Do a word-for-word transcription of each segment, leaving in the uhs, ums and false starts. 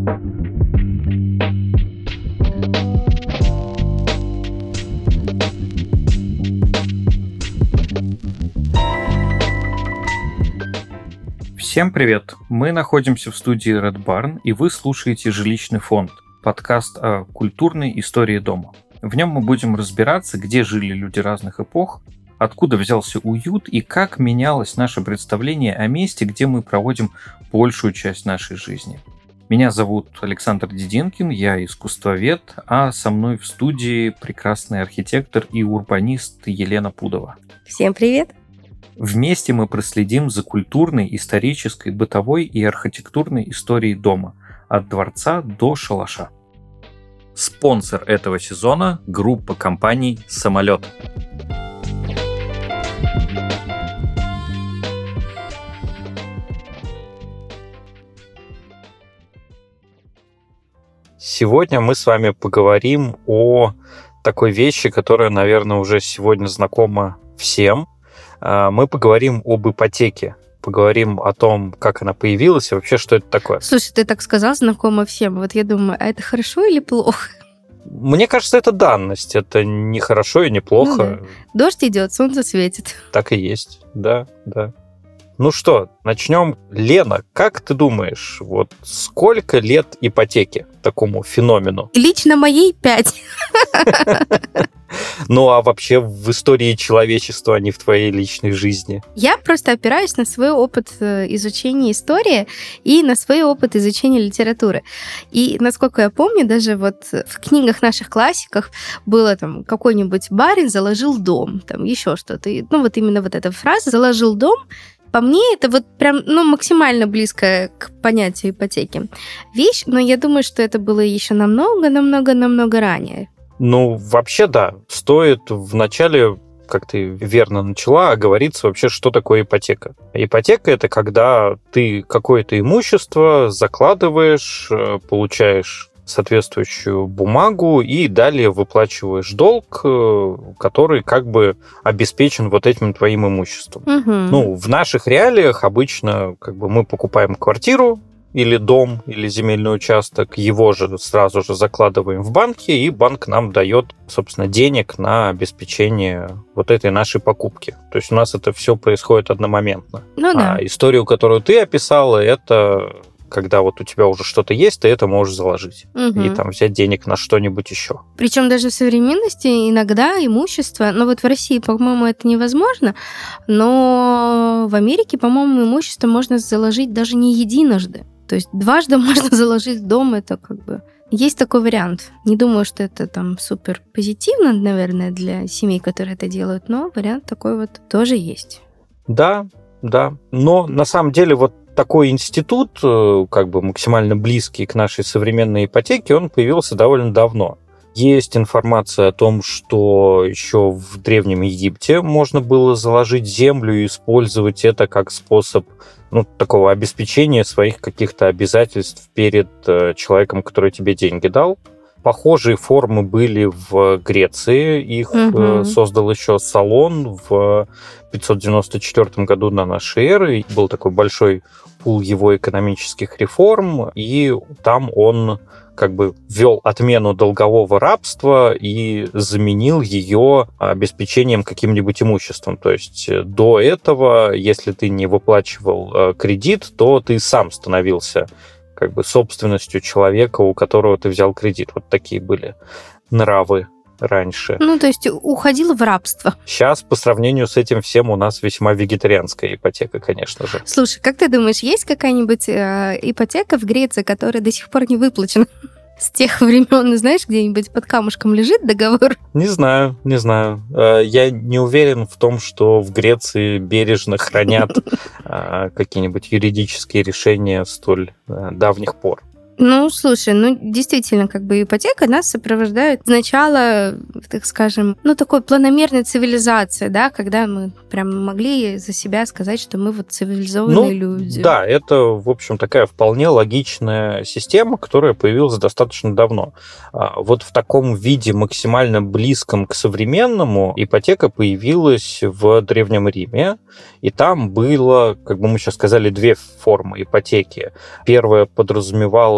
Всем привет! Мы находимся в студии Red Barn, и вы слушаете «Жилищный фонд» – подкаст о культурной истории дома. В нем мы будем разбираться, где жили люди разных эпох, откуда взялся уют и как менялось наше представление о месте, где мы проводим большую часть нашей жизни. Меня зовут Александр Дединкин, я искусствовед, а со мной в студии прекрасный архитектор и урбанист Елена Пудова. Всем привет! Вместе мы проследим за культурной, исторической, бытовой и архитектурной историей дома, от дворца до шалаша. Спонсор этого сезона – группа компаний «Самолет». Сегодня мы с вами поговорим о такой вещи, которая, наверное, уже сегодня знакома всем. Мы поговорим об ипотеке, поговорим о том, как она появилась и вообще, что это такое. Слушай, ты так сказал, знакомо всем. Вот я думаю, а это хорошо или плохо? Мне кажется, это данность. Это не хорошо и не плохо. Ну, да. Дождь идет, солнце светит. Так и есть, да, да. Ну что, начнем. Лена, как ты думаешь, вот сколько лет ипотеке, такому феномену? Лично моей пять. Ну, а вообще в истории человечества, а не в твоей личной жизни? Я просто опираюсь на свой опыт изучения истории и на свой опыт изучения литературы. И, насколько я помню, даже вот в книгах наших классиков было там какой-нибудь барин заложил дом, там еще что-то. Ну, вот именно вот эта фраза «заложил дом». По мне, это вот прям, ну, максимально близко к понятию ипотеки вещь, но я думаю, что это было еще намного-намного-намного ранее. Ну, вообще, да. Стоит вначале, как ты верно начала, оговориться вообще, что такое ипотека. Ипотека – это когда ты какое-то имущество закладываешь, получаешь соответствующую бумагу и далее выплачиваешь долг, который как бы обеспечен вот этим твоим имуществом. Угу. Ну, в наших реалиях обычно как бы мы покупаем квартиру или дом, или земельный участок, его же сразу же закладываем в банке, и банк нам дает, собственно, денег на обеспечение вот этой нашей покупки. То есть у нас это все происходит одномоментно. Ну да. А историю, которую ты описала, это когда вот у тебя уже что-то есть, ты это можешь заложить. Угу. И там взять денег на что-нибудь еще. Причем даже в современности иногда имущество, ну вот в России, по-моему, это невозможно, но в Америке, по-моему, имущество можно заложить даже не единожды. То есть дважды можно заложить дом, это как бы... Есть такой вариант. Не думаю, что это там супер позитивно, наверное, для семей, которые это делают, но вариант такой вот тоже есть. Да, да. Но на самом деле вот такой институт, как бы максимально близкий к нашей современной ипотеке, он появился довольно давно. Есть информация о том, что еще в Древнем Египте можно было заложить землю и использовать это как способ, ну, такого обеспечения своих каких-то обязательств перед человеком, который тебе деньги дал. Похожие формы были в Греции. Их угу. создал еще Солон в пятьсот девяносто четвёртом году до нашей эры. Был такой большой пул его экономических реформ, и там он как бы ввел отмену долгового рабства и заменил ее обеспечением каким-нибудь имуществом. То есть до этого, если ты не выплачивал кредит, то ты сам становился как бы собственностью человека, у которого ты взял кредит. Вот такие были нравы раньше. Ну, то есть уходил в рабство. Сейчас, по сравнению с этим всем, у нас весьма вегетарианская ипотека, конечно же. Слушай, как ты думаешь, есть какая-нибудь э, ипотека в Греции, которая до сих пор не выплачена? С тех времен, знаешь, где-нибудь под камушком лежит договор? Не знаю, не знаю. Я не уверен в том, что в Греции бережно хранят какие-нибудь юридические решения столь давних пор. Ну, слушай, ну, действительно, как бы ипотека нас сопровождает с начала, так скажем, ну, такой планомерной цивилизации, да, когда мы прям могли за себя сказать, что мы вот цивилизованные ну, люди. Да, это, в общем, такая вполне логичная система, которая появилась достаточно давно. Вот в таком виде максимально близком к современному ипотека появилась в Древнем Риме, и там было, как бы мы сейчас сказали, две формы ипотеки. Первая подразумевала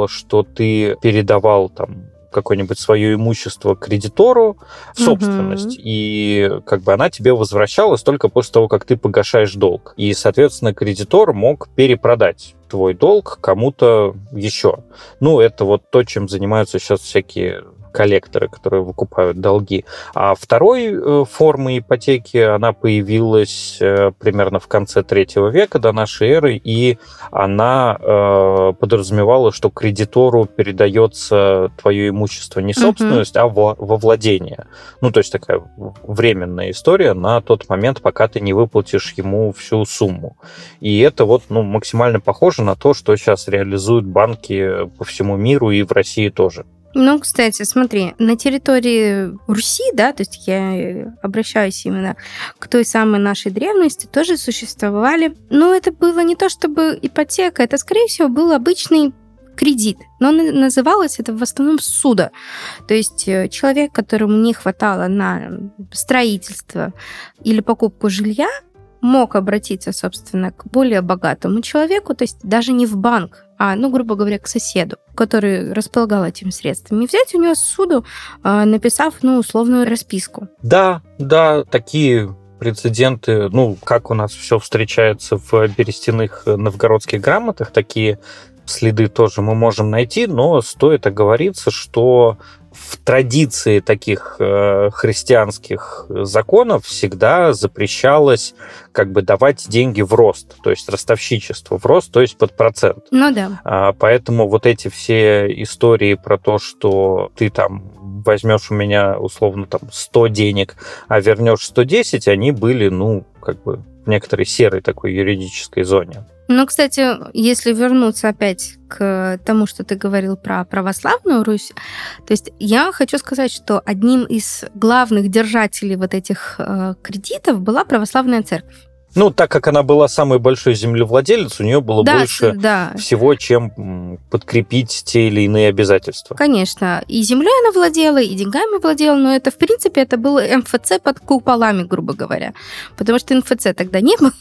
означало, что ты передавал там какое-нибудь свое имущество кредитору в собственность, mm-hmm. и как бы она тебе возвращалась только после того, как ты погашаешь долг. И, соответственно, кредитор мог перепродать твой долг кому-то еще. Ну, это вот то, чем занимаются сейчас всякие коллекторы, которые выкупают долги. А второй э, формы ипотеки, она появилась э, примерно в конце третьего века до нашей эры, и она э, подразумевала, что кредитору передается твое имущество не собственность, uh-huh. а во, во владение. Ну, то есть такая временная история на тот момент, пока ты не выплатишь ему всю сумму. И это вот ну, максимально похоже на то, что сейчас реализуют банки по всему миру и в России тоже. Ну, кстати, смотри, на территории Руси, да, то есть я обращаюсь именно к той самой нашей древности, тоже существовали. Но это было не то чтобы ипотека, это, скорее всего, был обычный кредит. Но называлось это в основном ссуда. То есть человек, которому не хватало на строительство или покупку жилья, мог обратиться, собственно, к более богатому человеку, то есть даже не в банк, а, ну, грубо говоря, к соседу, который располагал этими средствами, и взять у него ссуду, написав, ну, условную расписку. Да, да, такие прецеденты, ну, как у нас все встречается в берестяных новгородских грамотах, такие следы тоже мы можем найти, но стоит оговориться, что в традиции таких э, христианских законов всегда запрещалось как бы давать деньги в рост, то есть ростовщичество в рост, то есть под процент. Ну да. А, поэтому вот эти все истории про то, что ты там возьмешь у меня условно там сто денег, а вернешь сто десять, они были, ну, как бы в некоторой серой такой юридической зоне. Ну, кстати, если вернуться опять к тому, что ты говорил про православную Русь, то есть я хочу сказать, что одним из главных держателей вот этих э, кредитов была православная церковь. Ну, так как она была самой большой землевладелец, у нее было да, больше да. всего, чем подкрепить те или иные обязательства. Конечно. И землей она владела, и деньгами владела, но это, в принципе, это был эм эф цэ под куполами, грубо говоря. Потому что эн эф цэ тогда не было.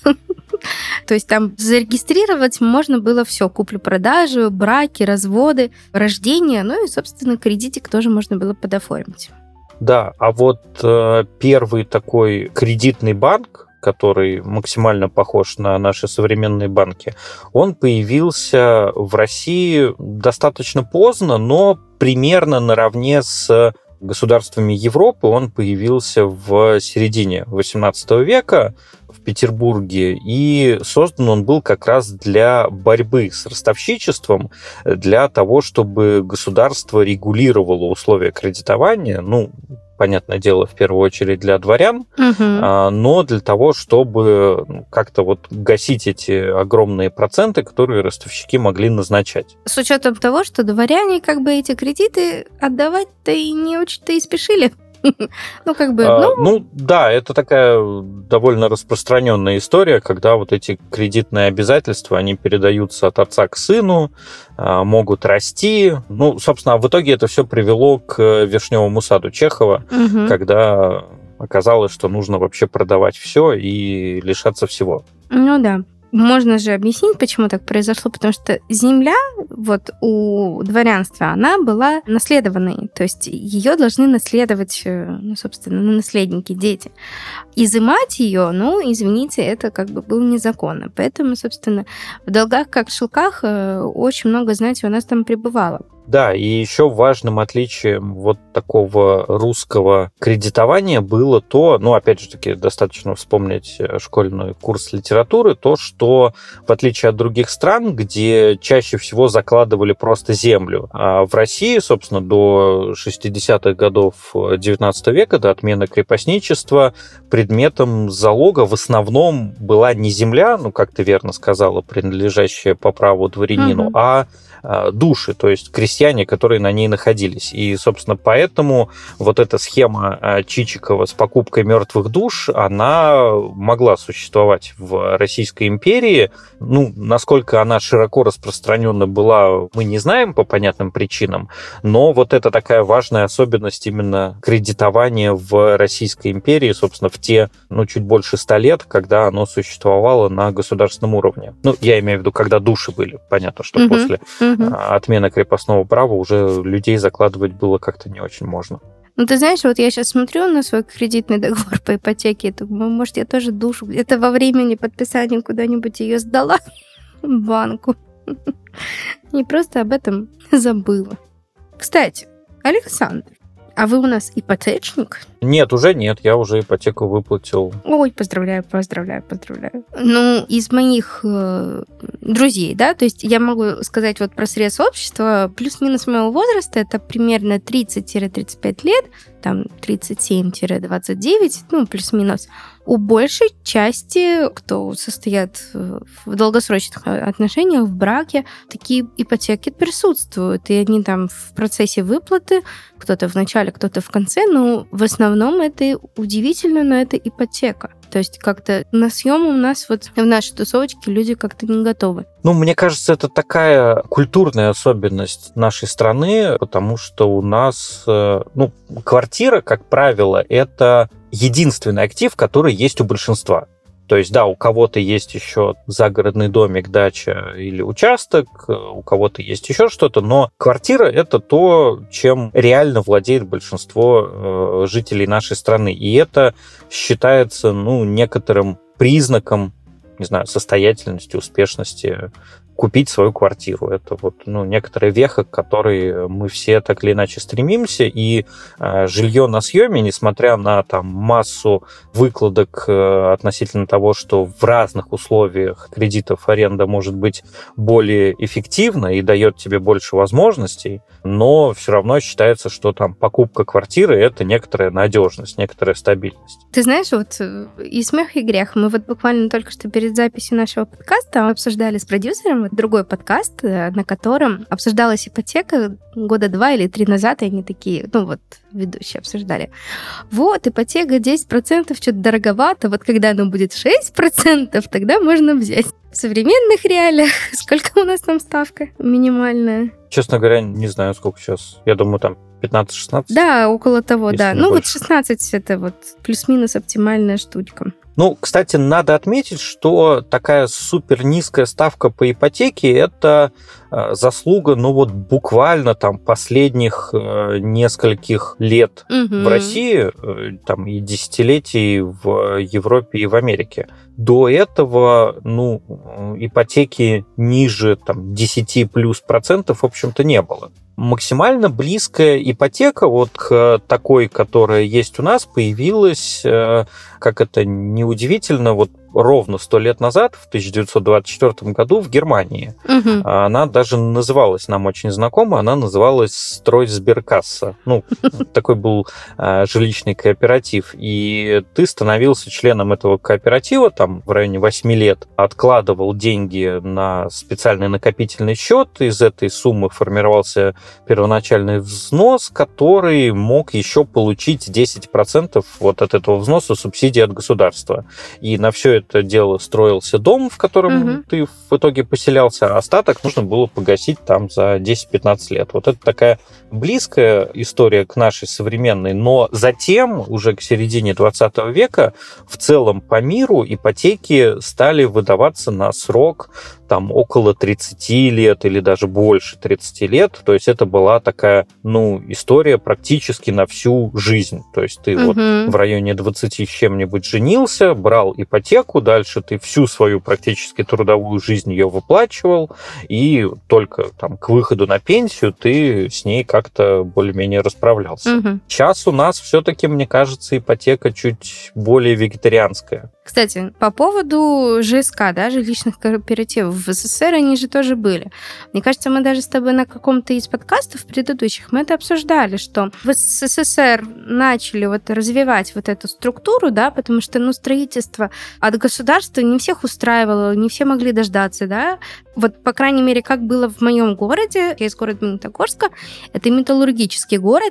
То есть там зарегистрировать можно было все: куплю-продажу, браки, разводы, рождение, ну и, собственно, кредитик тоже можно было подоформить. Да, а вот э, первый такой кредитный банк, который максимально похож на наши современные банки, он появился в России достаточно поздно, но примерно наравне с государствами Европы он появился в середине восемнадцатого века в Петербурге, и создан он был как раз для борьбы с ростовщичеством, для того, чтобы государство регулировало условия кредитования, ну, понятное дело, в первую очередь для дворян, угу. но для того, чтобы как-то вот гасить эти огромные проценты, которые ростовщики могли назначать. С учетом того, что дворяне как бы эти кредиты отдавать-то и не очень-то и спешили. Ну, как бы, ну... А, ну, да, это такая довольно распространенная история, когда вот эти кредитные обязательства, они передаются от отца к сыну, могут расти. Ну, собственно, в итоге это все привело к «Вишневому саду» Чехова, угу. когда оказалось, что нужно вообще продавать все и лишаться всего. Ну, да. Можно же объяснить, почему так произошло, потому что земля вот у дворянства, она была наследованной, то есть ее должны наследовать, ну, собственно, наследники, дети. Изымать ее, ну, извините, это как бы было незаконно. Поэтому, собственно, в долгах как в шелках очень много, знаете, у нас там пребывало. Да, и еще важным отличием вот такого русского кредитования было то, ну, опять же таки, достаточно вспомнить школьный курс литературы, то, что в отличие от других стран, где чаще всего закладывали просто землю, а в России, собственно, до шестидесятых годов девятнадцатого века, до отмены крепостничества, предметом залога в основном была не земля, ну, как ты верно сказала, принадлежащая по праву дворянину, угу. а души, то есть крестьяне, крестьяне, которые на ней находились. И, собственно, поэтому вот эта схема Чичикова с покупкой мертвых душ, она могла существовать в Российской империи. Ну, насколько она широко распространена была, мы не знаем по понятным причинам, но вот это такая важная особенность именно кредитования в Российской империи, собственно, в те, ну, чуть больше ста лет, когда оно существовало на государственном уровне. Ну, я имею в виду, когда души были. Понятно, что uh-huh. после uh-huh. отмены крепостного права уже людей закладывать было как-то не очень можно. Ну, ты знаешь, вот я сейчас смотрю на свой кредитный договор по ипотеке, и думаю, может, я тоже душу где-то во времени подписания куда-нибудь ее сдала в банку. И просто об этом забыла. Кстати, Александр, а вы у нас ипотечник? Нет, уже нет, я уже ипотеку выплатил. Ой, поздравляю, поздравляю, поздравляю. Ну, из моих э, друзей, да, то есть я могу сказать вот про срез общества, плюс-минус моего возраста, это примерно тридцать-тридцать пять лет, там тридцать семь двадцать девять, ну, плюс-минус. У большей части, кто состоят в долгосрочных отношениях, в браке, такие ипотеки присутствуют, и они там в процессе выплаты, кто-то в начале, кто-то в конце, но в основном это удивительно, но это ипотека. То есть как-то на съем у нас вот в нашей тусовочке люди как-то не готовы. Ну, мне кажется, это такая культурная особенность нашей страны, потому что у нас, ну, квартира, как правило, это единственный актив, который есть у большинства. То есть, да, у кого-то есть еще загородный домик, дача или участок, у кого-то есть еще что-то, но квартира — это то, чем реально владеет большинство э, жителей нашей страны. И это считается, ну, некоторым признаком, не знаю, состоятельности, успешности купить свою квартиру. Это вот, ну, некоторая веха, к которой мы все так или иначе стремимся, и э, жилье на съеме, несмотря на там массу выкладок э, относительно того, что в разных условиях кредитов аренда может быть более эффективна и дает тебе больше возможностей, но все равно считается, что там покупка квартиры — это некоторая надежность, некоторая стабильность. Ты знаешь, вот и смех, и грех. Мы вот буквально только что перед записью нашего подкаста обсуждали с продюсером другой подкаст, на котором обсуждалась ипотека года два или три назад, и они такие, ну вот, ведущие обсуждали. Вот, ипотека десять процентов, что-то дороговато, вот когда оно будет шесть процентов, тогда можно взять. В современных реалиях сколько у нас там ставка минимальная? Честно говоря, не знаю, сколько сейчас. Я думаю, там пятнадцать-шестнадцать. Да, около того, если да. не Ну больше. вот шестнадцать это вот плюс-минус оптимальная штучка. Ну, кстати, надо отметить, что такая супер низкая ставка по ипотеке – это э, заслуга, ну вот буквально там последних э, нескольких лет Угу. в России, э, там и десятилетий в Европе и в Америке. До этого, ну, ипотеки ниже там десять плюс процентов, в общем-то, не было. Максимально близкая ипотека вот к такой, которая есть у нас, появилась, э, как это неудивительно, вот ровно сто лет назад, в тысяча девятьсот двадцать четвёртом году в Германии. Угу. Она даже называлась, нам очень знакома, она называлась Стройсберкасса. Ну, такой был э, жилищный кооператив. И ты становился членом этого кооператива, там, в районе восьми лет, откладывал деньги на специальный накопительный счет, из этой суммы формировался первоначальный взнос, который мог еще получить десять процентов вот от этого взноса субсидии от государства. И на все это дело строился дом, в котором Угу. ты в итоге поселялся, а остаток нужно было погасить там за десять-пятнадцать лет. Вот это такая близкая история к нашей современной, но затем, уже к середине двадцатого века, в целом по миру ипотеки стали выдаваться на срок там около тридцати лет или даже больше тридцати лет. То есть это была такая, ну, история практически на всю жизнь. То есть ты Угу. вот в районе двадцати с чем-нибудь женился, брал ипотеку, дальше ты всю свою практически трудовую жизнь ее выплачивал, и только там к выходу на пенсию ты с ней как-то более-менее расправлялся. Угу. Сейчас у нас все-таки, мне кажется, ипотека чуть более вегетарианская. Кстати, по поводу ЖСК, да, жилищных кооперативов, в СССР они же тоже были. Мне кажется, мы даже с тобой на каком-то из подкастов предыдущих мы это обсуждали, что в СССР начали вот развивать вот эту структуру, да, потому что, ну, строительство от государства не всех устраивало, не все могли дождаться, да. Вот, по крайней мере, как было в моем городе, я из города Магнитогорска, это металлургический город,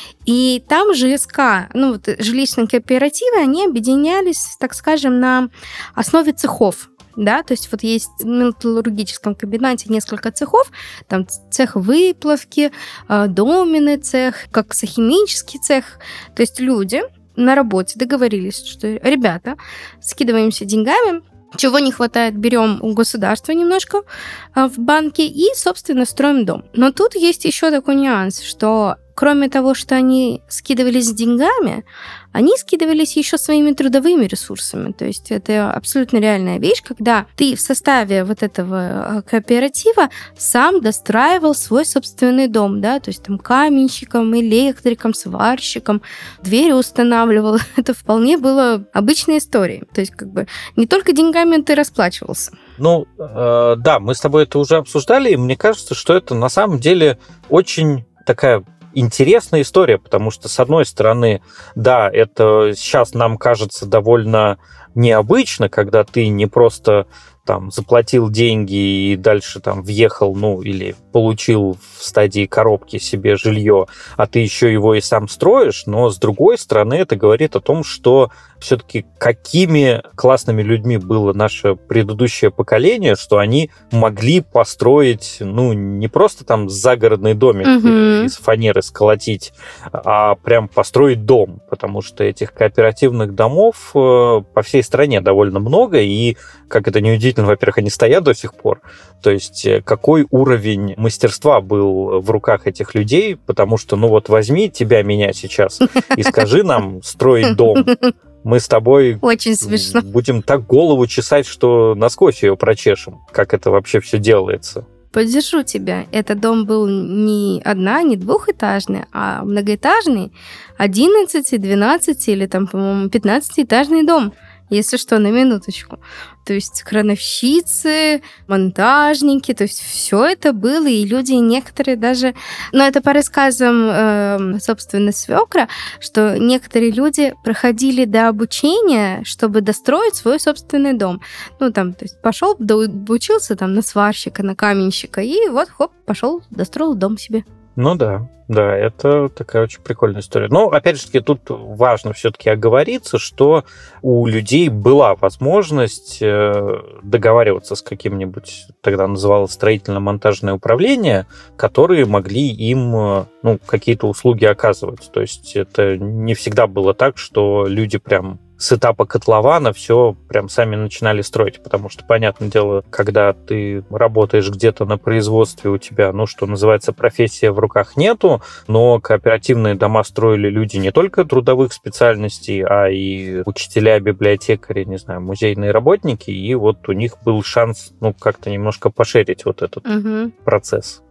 и там ЖСК, ну, вот жилищные кооперативы, они объединялись, так скажем, на основе цехов. Да, то есть вот есть в металлургическом комбинате несколько цехов, там цех выплавки, доменный цех, коксохимический цех. То есть люди на работе договорились, что, ребята, скидываемся деньгами, чего не хватает, берем у государства немножко в банке и, собственно, строим дом. Но тут есть еще такой нюанс, что кроме того, что они скидывались деньгами, они скидывались еще своими трудовыми ресурсами. То есть это абсолютно реальная вещь, когда ты в составе вот этого кооператива сам достраивал свой собственный дом, да, то есть там каменщиком, электриком, сварщиком, двери устанавливал. Это вполне было обычной историей. То есть как бы не только деньгами ты расплачивался. Ну, э, да, мы с тобой это уже обсуждали, и мне кажется, что это на самом деле очень такая интересная история, потому что, с одной стороны, да, это сейчас нам кажется довольно необычно, когда ты не просто там заплатил деньги и дальше там въехал, ну, или получил в стадии коробки себе жилье, а ты еще его и сам строишь, но, с другой стороны, это говорит о том, что все-таки какими классными людьми было наше предыдущее поколение, что они могли построить, ну, не просто там загородный домик mm-hmm. из фанеры сколотить, а прям построить дом, потому что этих кооперативных домов по всей стране довольно много, и, как это не удивительно, во-первых, они стоят до сих пор, то есть какой уровень мастерства был в руках этих людей, потому что, ну вот возьми тебя, меня сейчас и скажи нам строить дом. Мы с тобой Очень смешно. Будем так голову чесать, что насквозь ее прочешем. Как это вообще все делается? Поддержу тебя. Этот дом был не одна, не двухэтажный, а многоэтажный, одиннадцати, двенадцати или там, по-моему, пятнадцатиэтажный дом. Если что, на минуточку. То есть крановщицы, монтажники, то есть все это было, и люди некоторые даже... Но это по рассказам, э, собственно, свекра, что некоторые люди проходили до обучения, чтобы достроить свой собственный дом. Ну, там, то есть пошел, доучился там на сварщика, на каменщика, и вот, хоп, пошел, достроил дом себе. Ну да, да, это такая очень прикольная история. Но, опять же таки, тут важно все-таки оговориться, что у людей была возможность договариваться с каким-нибудь, тогда называлось строительно-монтажное управление, которые могли им, ну, какие-то услуги оказывать. То есть это не всегда было так, что люди прям с этапа котлована все прям сами начинали строить, потому что, понятное дело, когда ты работаешь где-то на производстве, у тебя, ну, что называется, профессия в руках нету, но кооперативные дома строили люди не только трудовых специальностей, а и учителя, библиотекари, не знаю, музейные работники, и вот у них был шанс, ну, как-то немножко пошерить вот этот угу. процесс.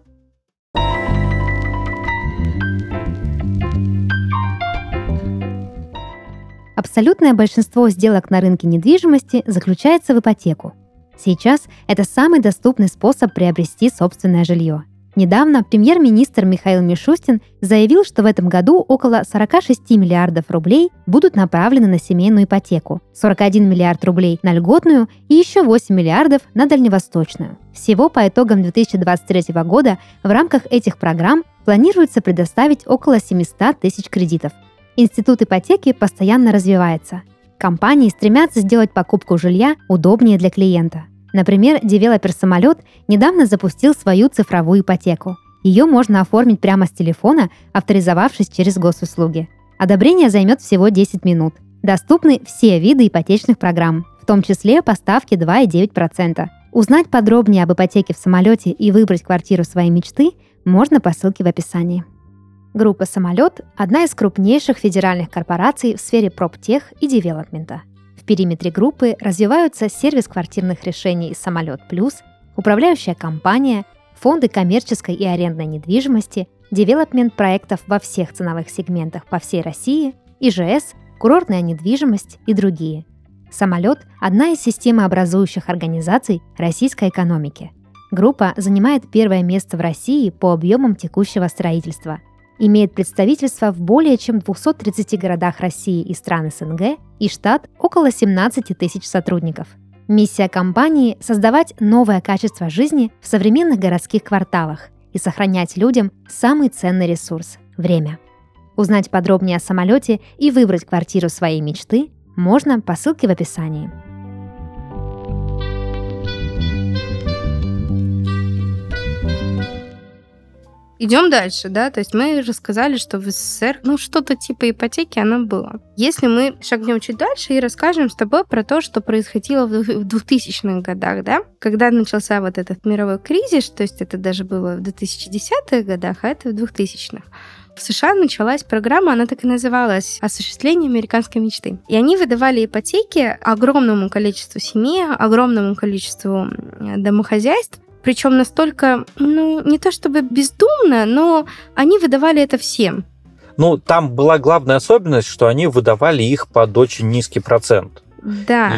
Абсолютное большинство сделок на рынке недвижимости заключается в ипотеку. Сейчас это самый доступный способ приобрести собственное жилье. Недавно премьер-министр Михаил Мишустин заявил, что в этом году около сорок шесть миллиардов рублей будут направлены на семейную ипотеку, сорок один миллиард рублей на льготную и еще восемь миллиардов на дальневосточную. Всего по итогам две тысячи двадцать третьего года в рамках этих программ планируется предоставить около семьсот тысяч кредитов. Институт ипотеки постоянно развивается. Компании стремятся сделать покупку жилья удобнее для клиента. Например, девелопер «Самолет» недавно запустил свою цифровую ипотеку. Ее можно оформить прямо с телефона, авторизовавшись через госуслуги. Одобрение займет всего десять минут. Доступны все виды ипотечных программ, в том числе по ставке два и девять десятых процента. Узнать подробнее об ипотеке в «Самолете» и выбрать квартиру своей мечты можно по ссылке в описании. Группа «Самолет» – одна из крупнейших федеральных корпораций в сфере проптех и девелопмента. В периметре группы развиваются сервис квартирных решений «Самолет Плюс», управляющая компания, фонды коммерческой и арендной недвижимости, девелопмент проектов во всех ценовых сегментах по всей России, ИЖС, курортная недвижимость и другие. Самолет – одна из системообразующих организаций российской экономики. Группа занимает первое место в России по объемам текущего строительства. Имеет представительство в более чем двухстах тридцати городах России и стран СНГ и штат около семнадцати тысяч сотрудников. Миссия компании – создавать новое качество жизни в современных городских кварталах и сохранять людям самый ценный ресурс – время. Узнать подробнее о самолете и выбрать квартиру своей мечты можно по ссылке в описании. Идем дальше, да, то есть мы рассказали, что в СССР, ну, что-то типа ипотеки оно было. Если мы шагнем чуть дальше и расскажем с тобой про то, что происходило в двухтысячных годах, да, когда начался вот этот мировой кризис, то есть это даже было в двухтысячных годах, а это в двухтысячных. В США началась программа, она так и называлась «Осуществление американской мечты». И они выдавали ипотеки огромному количеству семей, огромному количеству домохозяйств, причем настолько, ну, не то чтобы бездумно, но они выдавали это всем. Ну, там была главная особенность, что они выдавали их под очень низкий процент. Да.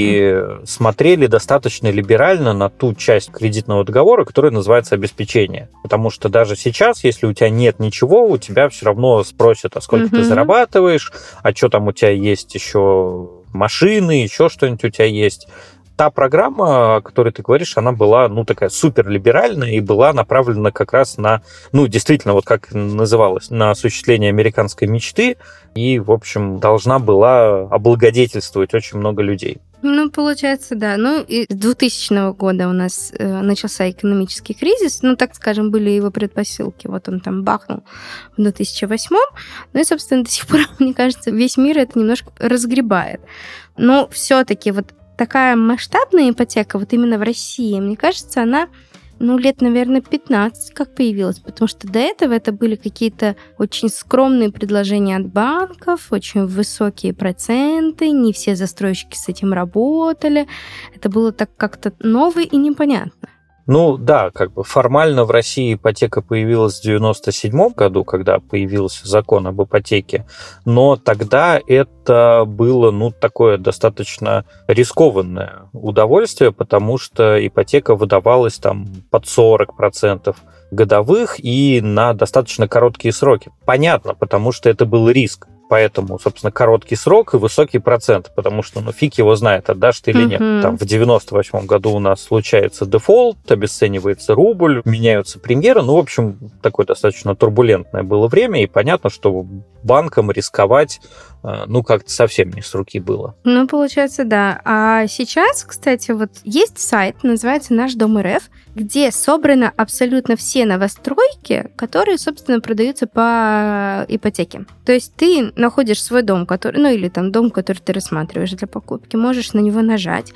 И смотрели достаточно либерально на ту часть кредитного договора, которая называется обеспечение. Потому что даже сейчас, если у тебя нет ничего, у тебя все равно спросят, а сколько угу. ты зарабатываешь, а что там у тебя есть еще машины, еще что-нибудь у тебя есть. Та программа, о которой ты говоришь, она была, ну, такая суперлиберальная и была направлена как раз на, ну, действительно, вот как называлось, на осуществление американской мечты и, в общем, должна была облагодетельствовать очень много людей. Ну, получается, да. Ну, и с двухтысячного года у нас э, начался экономический кризис. Ну, так скажем, были его предпосылки. Вот он там бахнул в две тысячи восьмом. Ну и, собственно, до сих пор, мне кажется, весь мир это немножко разгребает. Но все-таки вот такая масштабная ипотека, вот именно в России, мне кажется, она, ну, лет, наверное, пятнадцать как появилась, потому что до этого это были какие-то очень скромные предложения от банков, очень высокие проценты, не все застройщики с этим работали. Это было так как-то ново и непонятно. Ну да, как бы формально в России ипотека появилась в девяносто седьмом году, когда появился закон об ипотеке, но тогда это было, ну, такое достаточно рискованное удовольствие, потому что ипотека выдавалась там под сорок процентов годовых и на достаточно короткие сроки. Понятно, потому что это был риск. Поэтому, собственно, короткий срок и высокий процент, потому что, ну, фиг его знает, отдашь ты или нет. Mm-hmm. Там в девяносто восьмом году у нас случается дефолт, обесценивается рубль, меняются премьеры. Ну, в общем, такое достаточно турбулентное было время, и понятно, что банкам рисковать, ну, как-то совсем не с руки было. Ну, получается, да. А сейчас, кстати, вот есть сайт, называется «Наш дом РФ», где собраны абсолютно все новостройки, которые, собственно, продаются по ипотеке. То есть ты находишь свой дом, который, ну, или там дом, который ты рассматриваешь для покупки, можешь на него нажать,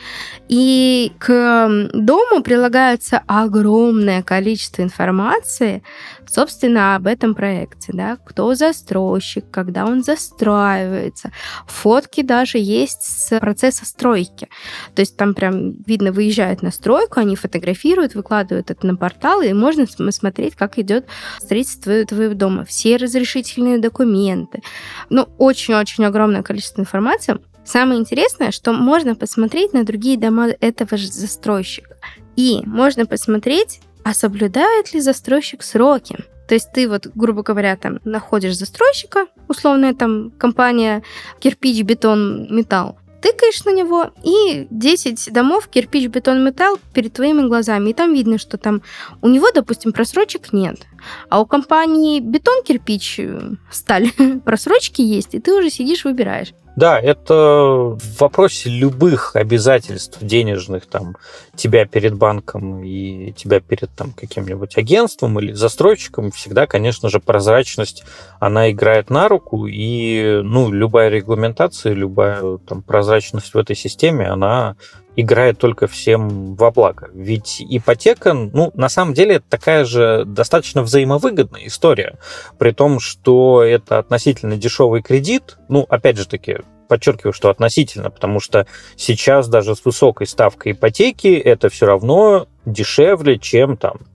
и к дому прилагается огромное количество информации, собственно, об этом проекте, да, кто застройщик, когда он застраивается. Фотки даже есть с процесса стройки. То есть там прям видно, выезжают на стройку, они фотографируют, выкладывают это на портал, и можно смотреть, как идет строительство твоего дома. Все разрешительные документы. Ну, очень-очень огромное количество информации. Самое интересное, что можно посмотреть на другие дома этого же застройщика. И можно посмотреть, а соблюдает ли застройщик сроки. То есть ты вот, грубо говоря, там находишь застройщика, условная там компания «Кирпич, бетон, металл», тыкаешь на него, и десять домов «Кирпич, бетон, металл» перед твоими глазами. И там видно, что там у него, допустим, просрочек нет. А у компании «Бетон, кирпич, сталь» просрочки есть, и ты уже сидишь, выбираешь. Да, это в вопросе любых обязательств денежных, там, тебя перед банком и тебя перед там, каким-нибудь агентством или застройщиком, всегда, конечно же, прозрачность, она играет на руку, и, ну, любая регламентация, любая там, прозрачность в этой системе, она играет только всем во благо. Ведь ипотека, ну, на самом деле, это такая же достаточно взаимовыгодная история, при том, что это относительно дешевый кредит, ну, опять же таки, подчеркиваю, что относительно, потому что сейчас даже с высокой ставкой ипотеки это все равно дешевле, чем там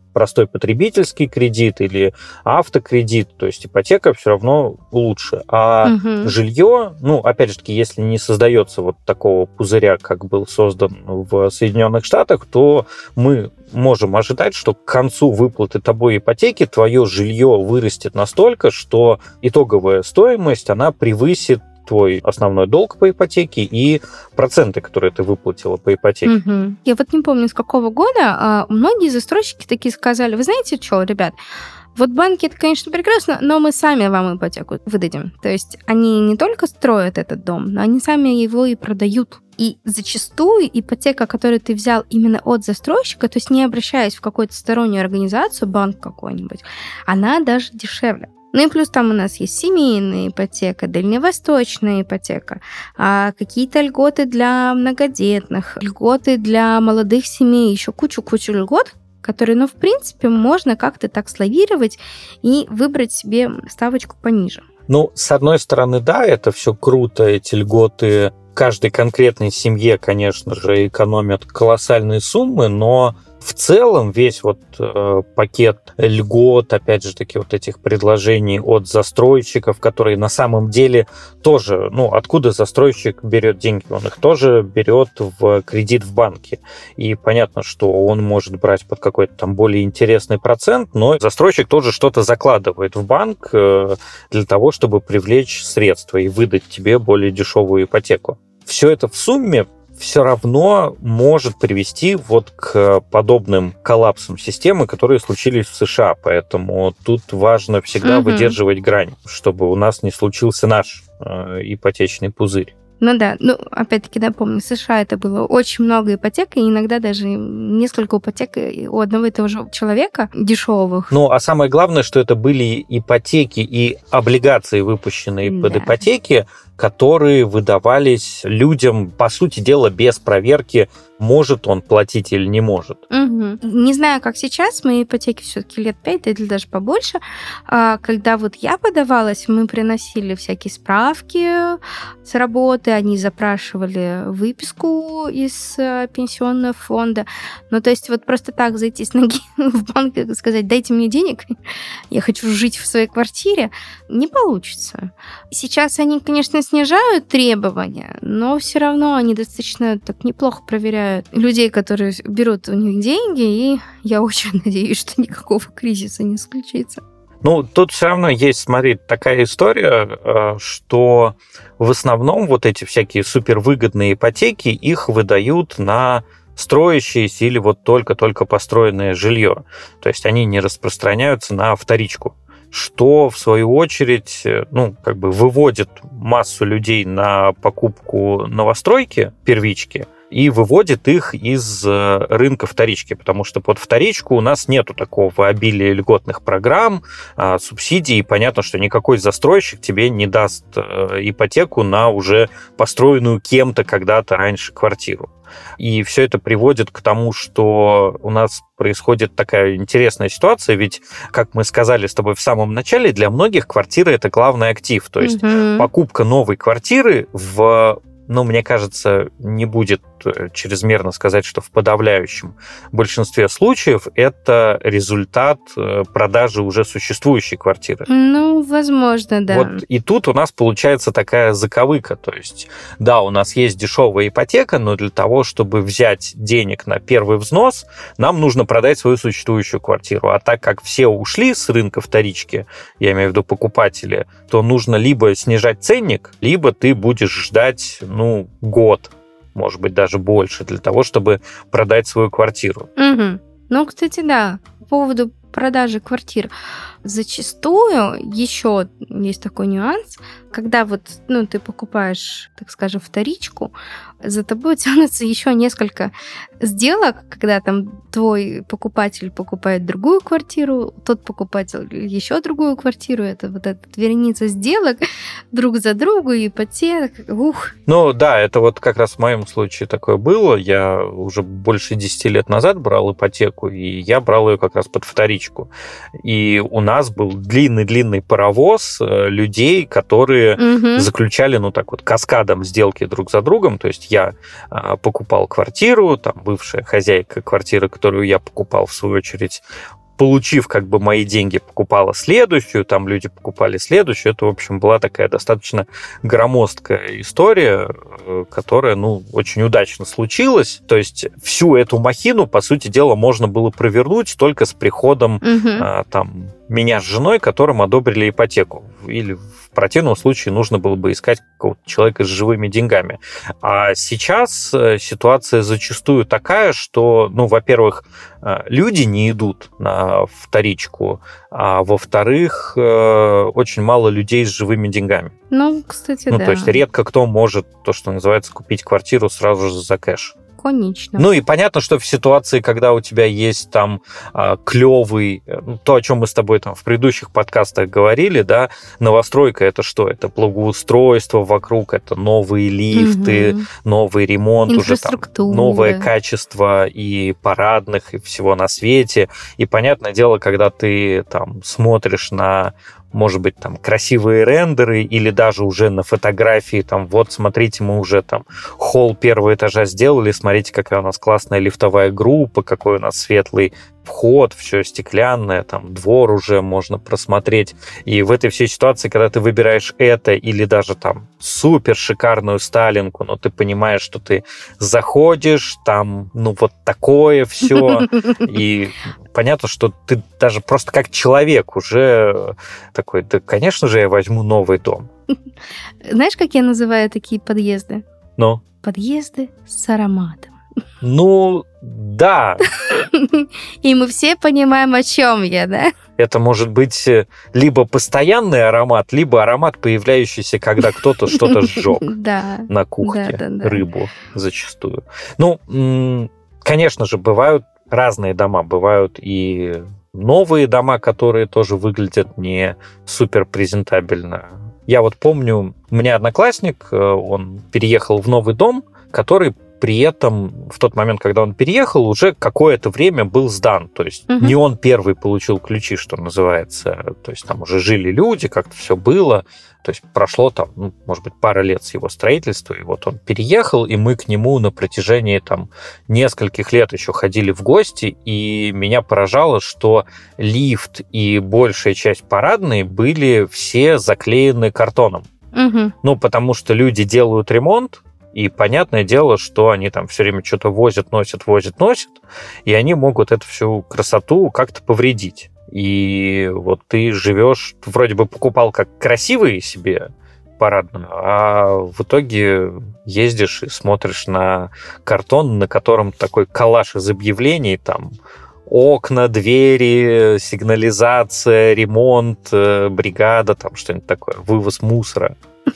простой потребительский кредит или автокредит, то есть ипотека все равно лучше. А Мгм. жилье, ну, опять же таки, если не создается вот такого пузыря, как был создан в Соединенных Штатах, то мы можем ожидать, что к концу выплаты тобой ипотеки твое жилье вырастет настолько, что итоговая стоимость, она превысит твой основной долг по ипотеке и проценты, которые ты выплатила по ипотеке. Мгм. Я вот не помню, с какого года, а многие застройщики такие сказали: вы знаете что, ребят, вот банки, это, конечно, прекрасно, но мы сами вам ипотеку выдадим. То есть они не только строят этот дом, но они сами его и продают. И зачастую ипотека, которую ты взял именно от застройщика, то есть не обращаясь в какую-то стороннюю организацию, банк какой-нибудь, она даже дешевле. Ну и плюс там у нас есть семейная ипотека, дальневосточная ипотека, а какие-то льготы для многодетных, льготы для молодых семей, еще кучу-кучу льгот, которые, ну, в принципе, можно как-то так славировать и выбрать себе ставочку пониже. Ну, с одной стороны, да, это все круто, эти льготы каждой конкретной семье, конечно же, экономят колоссальные суммы, но в целом весь вот э, пакет льгот, опять же таки, вот этих предложений от застройщиков, которые на самом деле тоже, ну, откуда застройщик берет деньги? Он их тоже берет в кредит в банке. И понятно, что он может брать под какой-то там более интересный процент, но застройщик тоже что-то закладывает в банк э, для того, чтобы привлечь средства и выдать тебе более дешевую ипотеку. Все это в сумме все равно может привести вот к подобным коллапсам системы, которые случились в США. Поэтому тут важно всегда Мгм. выдерживать грань, чтобы у нас не случился наш э, ипотечный пузырь. Ну да, ну, опять-таки, напомню, в США это было очень много ипотек, и иногда даже несколько ипотек у одного и того же человека дешевых. Ну, а самое главное, что это были ипотеки и облигации, выпущенные под Да. ипотеки, которые выдавались людям, по сути дела, без проверки, может он платить или не может. Мгм. Не знаю, как сейчас, мои ипотеки все-таки лет пять или даже побольше. А, Когда вот я подавалась, мы приносили всякие справки с работы, они запрашивали выписку из э, пенсионного фонда. Ну, то есть вот просто так зайти с ноги в банк и сказать: дайте мне денег, я хочу жить в своей квартире, не получится. Сейчас они, конечно, снижают требования, но все равно они достаточно так неплохо проверяют людей, которые берут у них деньги, и я очень надеюсь, что никакого кризиса не случится. Ну, тут все равно есть, смотри, такая история, э, что в основном вот эти всякие супервыгодные ипотеки, их выдают на строящееся или вот только-только построенное жилье. То есть они не распространяются на вторичку, что, в свою очередь, ну, как бы выводит массу людей на покупку новостройки, первички, и выводит их из э, рынка вторички, потому что под вторичку у нас нету такого обилия льготных программ, э, субсидий, и понятно, что никакой застройщик тебе не даст э, ипотеку на уже построенную кем-то когда-то раньше квартиру. И все это приводит к тому, что у нас происходит такая интересная ситуация, ведь, как мы сказали с тобой в самом начале, для многих квартира – это главный актив, то есть Мгм. покупка новой квартиры в, ну, мне кажется, не будет чрезмерно сказать, что в подавляющем большинстве случаев это результат э, продажи уже существующей квартиры. Ну, возможно, да. Вот и тут у нас получается такая заковыка, то есть, да, у нас есть дешевая ипотека, но для того, чтобы взять денег на первый взнос, нам нужно продать свою существующую квартиру. А так как все ушли с рынка вторички, я имею в виду покупатели, то нужно либо снижать ценник, либо ты будешь ждать, ну, год, может быть, даже больше, для того, чтобы продать свою квартиру. Мгм. Ну, кстати, да, по поводу продажи квартир. Зачастую еще есть такой нюанс, когда вот, ну, ты покупаешь, так скажем, вторичку, за тобой тянутся еще несколько сделок, когда там твой покупатель покупает другую квартиру, тот покупатель еще другую квартиру, это вот эта вереница сделок друг за другу, ипотек, ух. Ну да, это вот как раз в моем случае такое было. Я уже больше десяти лет назад брал ипотеку, и я брал ее как раз под вторичку. вторичку. И у нас был длинный-длинный паровоз людей, которые угу. заключали, ну так вот, каскадом сделки друг за другом. То есть я покупал квартиру, там бывшая хозяйка квартиры, которую я покупал, в свою очередь, получив как бы мои деньги, покупала следующую, там люди покупали следующую. Это, в общем, была такая достаточно громоздкая история, которая, ну, очень удачно случилась. То есть всю эту махину, по сути дела, можно было провернуть только с приходом угу. а, там меня с женой, которым одобрили ипотеку. Или в противном случае нужно было бы искать какого-то человека с живыми деньгами. А сейчас ситуация зачастую такая, что, ну, во-первых, люди не идут на вторичку, а во-вторых, очень мало людей с живыми деньгами. Ну, кстати, ну, да. То есть редко кто может, то, что называется, купить квартиру сразу же за кэш. Конечно. Ну и понятно, что в ситуации, когда у тебя есть там а, клевый, то, о чем мы с тобой там в предыдущих подкастах говорили, да, новостройка — это что? Это благоустройство вокруг, это новые лифты, угу. новый ремонт, уже там новое качество и парадных, и всего на свете. И понятное дело, когда ты там смотришь на, может быть, там красивые рендеры или даже уже на фотографии, там, вот, смотрите, мы уже там холл первого этажа сделали, смотрите, какая у нас классная лифтовая группа, какой у нас светлый вход, все стеклянное, там, двор уже можно просмотреть. И в этой всей ситуации, когда ты выбираешь это или даже там супер шикарную сталинку, но ты понимаешь, что ты заходишь, там, ну, вот такое все, и понятно, что ты даже просто как человек уже такой, да, конечно же, я возьму новый дом. Знаешь, как я называю такие подъезды? Ну? Подъезды с ароматом. Ну, да. И мы все понимаем, о чем я, да? Это может быть либо постоянный аромат, либо аромат, появляющийся, когда кто-то что-то сжег да, на кухне, да, да, да. рыбу зачастую. Ну, конечно же, бывают разные дома. Бывают и новые дома, которые тоже выглядят не супер презентабельно. Я вот помню, у меня одноклассник, он переехал в новый дом, который при этом в тот момент, когда он переехал, уже какое-то время был сдан. То есть угу. не он первый получил ключи, что называется. То есть там уже жили люди, как-то все было. То есть прошло там, ну, может быть, пара лет с его строительства, и вот он переехал, и мы к нему на протяжении там нескольких лет еще ходили в гости, и меня поражало, что лифт и большая часть парадной были все заклеены картоном. Угу. Ну, потому что люди делают ремонт, и понятное дело, что они там все время что-то возят, носят, возят, носят, и они могут эту всю красоту как-то повредить. И вот ты живешь, вроде бы покупал как красивые себе парадную, а в итоге ездишь и смотришь на картон, на котором такой коллаж из объявлений, там окна, двери, сигнализация, ремонт, бригада, там что-нибудь такое, вывоз мусора.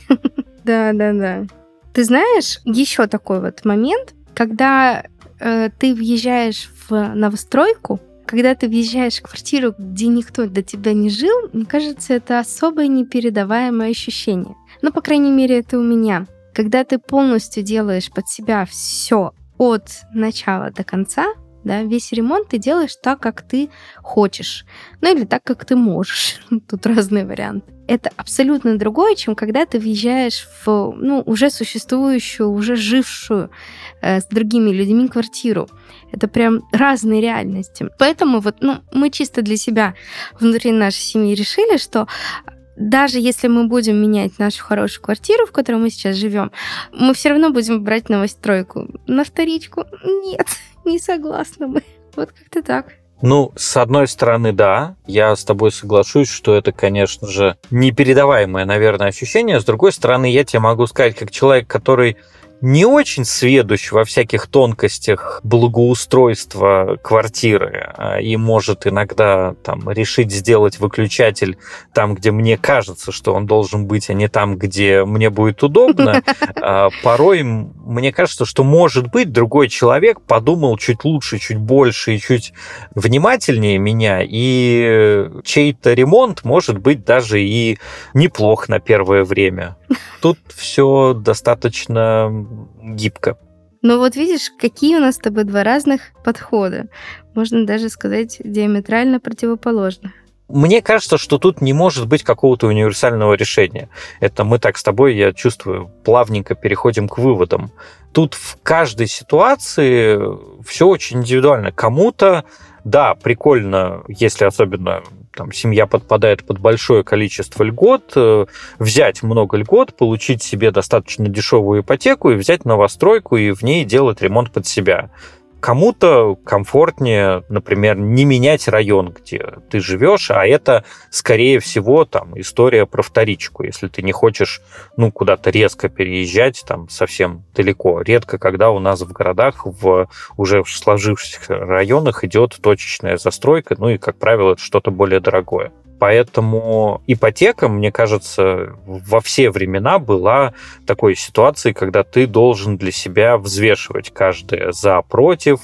Да, да, да. Ты знаешь, еще такой вот момент, когда э, ты въезжаешь в новостройку, когда ты въезжаешь в квартиру, где никто до тебя не жил, мне кажется, это особое непередаваемое ощущение. Ну, по крайней мере, это у меня. Когда ты полностью делаешь под себя все от начала до конца, да, весь ремонт ты делаешь так, как ты хочешь. Ну, или так, как ты можешь. Тут разные варианты. Это абсолютно другое, чем когда ты въезжаешь в, ну, уже существующую, уже жившую э, с другими людьми квартиру. Это прям разные реальности. Поэтому вот, ну, мы чисто для себя внутри нашей семьи решили, что даже если мы будем менять нашу хорошую квартиру, в которой мы сейчас живем, мы все равно будем брать новостройку. На вторичку нет, не согласна мы. Вот как-то так. Ну, с одной стороны, да, я с тобой соглашусь, что это, конечно же, непередаваемое, наверное, ощущение. С другой стороны, я тебе могу сказать, как человек, который не очень сведущ во всяких тонкостях благоустройства квартиры и может иногда там решить сделать выключатель там, где мне кажется, что он должен быть, а не там, где мне будет удобно. Порой мне кажется, что, может быть, другой человек подумал чуть лучше, чуть больше и чуть внимательнее меня, и чей-то ремонт может быть даже и неплох на первое время. Тут все достаточно гибко. Ну вот видишь, какие у нас с тобой два разных подхода. можно даже сказать, диаметрально противоположных. Мне кажется, что тут не может быть какого-то универсального решения. Это мы так с тобой, я чувствую, плавненько переходим к выводам. Тут в каждой ситуации все очень индивидуально. Кому-то, да, прикольно, если особенно там, семья подпадает под большое количество льгот, взять много льгот, получить себе достаточно дешевую ипотеку и взять новостройку и в ней делать ремонт под себя. Кому-то комфортнее, например, не менять район, где ты живешь, а это, скорее всего, там, история про вторичку. Если ты не хочешь ну, куда-то резко переезжать, там, совсем далеко. Редко, когда у нас в городах, в уже сложившихся районах идет точечная застройка, ну и, как правило, это что-то более дорогое. Поэтому ипотека, мне кажется, во все времена была такой ситуацией, когда ты должен для себя взвешивать каждое за-против,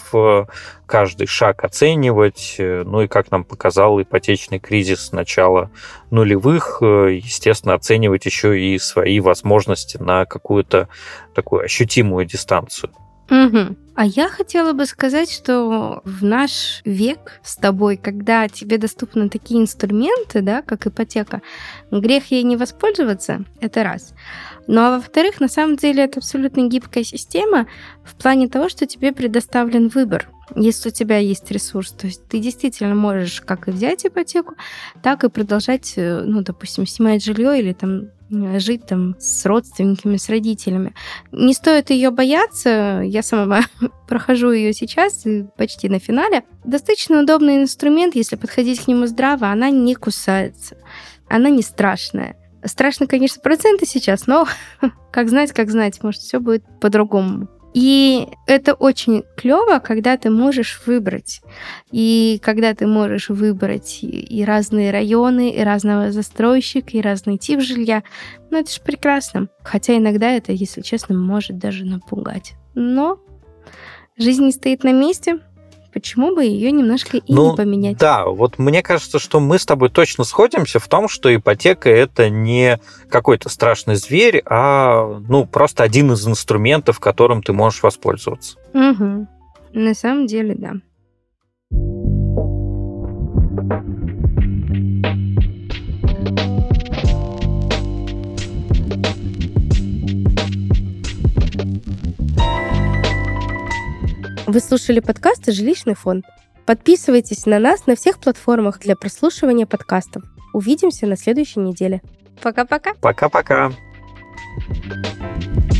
каждый шаг оценивать. Ну и, как нам показал ипотечный кризис начала нулевых, естественно, оценивать еще и свои возможности на какую-то такую ощутимую дистанцию. Угу. А я хотела бы сказать, что в наш век с тобой, когда тебе доступны такие инструменты, да, как ипотека, грех ей не воспользоваться, это раз. Ну а во-вторых, на самом деле это абсолютно гибкая система в плане того, что тебе предоставлен выбор. Если у тебя есть ресурс, то есть ты действительно можешь как и взять ипотеку, так и продолжать, ну, допустим, снимать жилье или там жить там с родственниками, с родителями. Не стоит ее бояться. Я сама прохожу ее сейчас и почти на финале. Достаточно удобный инструмент, если подходить к нему здраво, она не кусается. Она не страшная. Страшно, конечно, проценты сейчас, но как знать, как знать, может, все будет по-другому. И это очень клево, когда ты можешь выбрать. И когда ты можешь выбрать и разные районы, и разного застройщика, и разный тип жилья. Ну, это же прекрасно. Хотя иногда это, если честно, может даже напугать. Но жизнь не стоит на месте. Почему бы ее немножко и ну, не поменять? Да, вот мне кажется, что мы с тобой точно сходимся в том, что ипотека – это не какой-то страшный зверь, а ну, просто один из инструментов, которым ты можешь воспользоваться. Угу. На самом деле, да. Вы слушали подкасты «Жилищный фонд». Подписывайтесь на нас на всех платформах для прослушивания подкастов. Увидимся на следующей неделе. Пока-пока. Пока-пока.